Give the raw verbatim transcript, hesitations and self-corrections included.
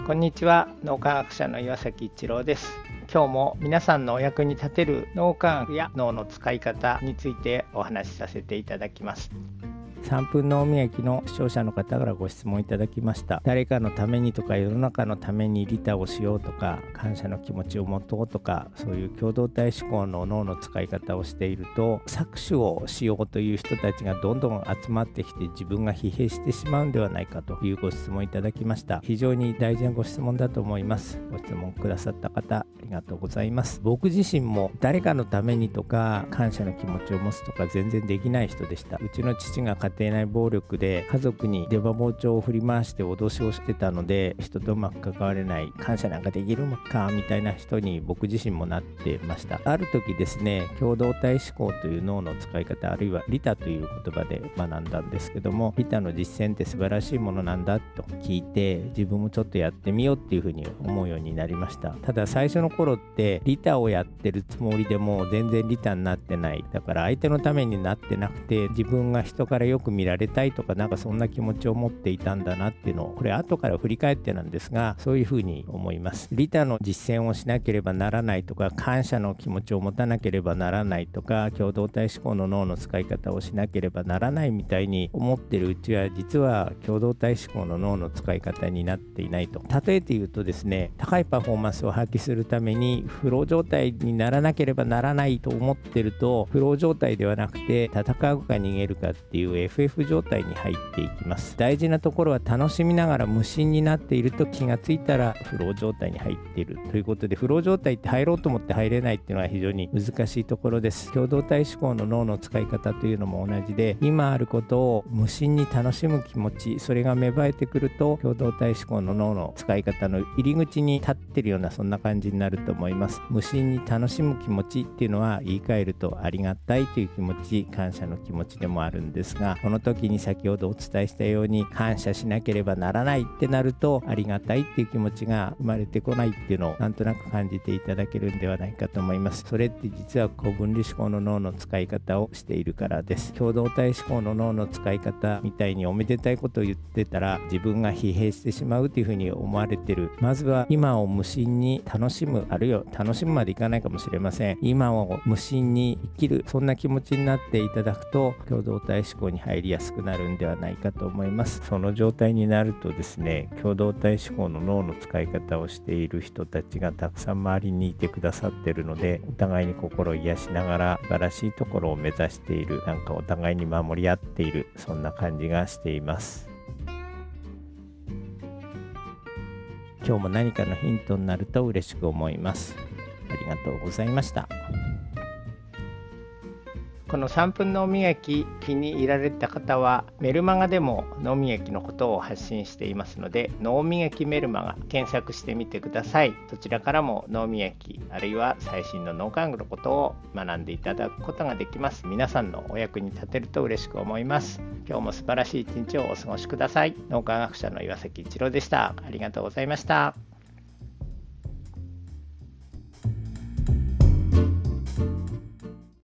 こんにちは、脳科学者の岩崎一郎です。今日も皆さんのお役に立てる脳科学や脳の使い方についてお話しさせていただきます。さんぷん脳みきの視聴者の方からご質問いただきました。誰かのためにとか世の中のために利他をしようとか感謝の気持ちを持とうとか、そういう共同体思考の脳の使い方をしていると搾取をしようという人たちがどんどん集まってきて自分が疲弊してしまうんではないかというご質問いただきました。非常に大事なご質問だと思います。ご質問くださった方ありがとうございます。僕自身も誰かのためにとか感謝の気持ちを持つとか全然できない人でした。うちの父が家庭内暴力で家族に出刃包丁を振り回して脅しをしてたので、人とうまく関われない、感謝なんかできるのかみたいな人に僕自身もなってました。ある時ですね、共同体思考という脳の使い方、あるいは利他という言葉で学んだんですけども、利他の実践って素晴らしいものなんだと聞いて、自分もちょっとやってみようっていうふうに思うようになりました。ただ最初の頃って利他をやってるつもりでも全然利他になってない。だから相手のためになってなくて、自分が人からよく見られたいとか、なんかそんな気持ちを持っていたんだなっていうのを、これ後から振り返ってなんですが、そういうふうに思います。利他の実践をしなければならないとか、感謝の気持ちを持たなければならないとか、共同体思考の脳の使い方をしなければならないみたいに思ってるうちは、実は共同体思考の脳の使い方になっていないと。例えて言うとですね、高いパフォーマンスを発揮するためにフロー状態にならなければならないと思ってると、フロー状態ではなくて戦うか逃げるかっていう エフエフ 状態に入っていきます。大事なところは楽しみながら無心になっていると、気がついたらフロー状態に入っているということで、フロー状態って入ろうと思って入れないっていうのは非常に難しいところです。共同体思考の脳の使い方というのも同じで、今あることを無心に楽しむ気持ち、それが芽生えてくると共同体思考の脳の使い方の入り口に立ってるような、そんな感じになると思います。無心に楽しむ気持ちっていうのは、言い換えるとありがたいという気持ち、感謝の気持ちでもあるんですが、この時に先ほどお伝えしたように感謝しなければならないってなると、ありがたいっていう気持ちが生まれてこないっていうのをなんとなく感じていただけるんではないかと思います。それって実は高分離思考の脳の使い方をしているからです。共同体思考の脳の使い方みたいにおめでたいことを言ってたら自分が疲弊してしまうというふうに思われてる。まずは今を無心に楽しむ、あるいは楽しむまでいかないかもしれません。今を無心に生きる、そんな気持ちになっていただくと共同体思考に入りやすくなるんではないかと思います。その状態になるとですね、共同体思考の脳の使い方をしている人たちがたくさん周りにいてくださっているので、お互いに心を癒しながら素晴らしいところを目指している、なんかお互いに守り合っている、そんな感じがしています。今日も何かのヒントになると嬉しく思います。ありがとうございました。このさんぷん脳みやき気に入られた方は、メルマガでも脳みやきのことを発信していますので、脳みやきメルマガ検索してみてください。そちらからも脳みやき、あるいは最新の脳科学のことを学んでいただくことができます。皆さんのお役に立てると嬉しく思います。今日も素晴らしい一日をお過ごしください。脳科学者の岩崎一郎でした。ありがとうございました。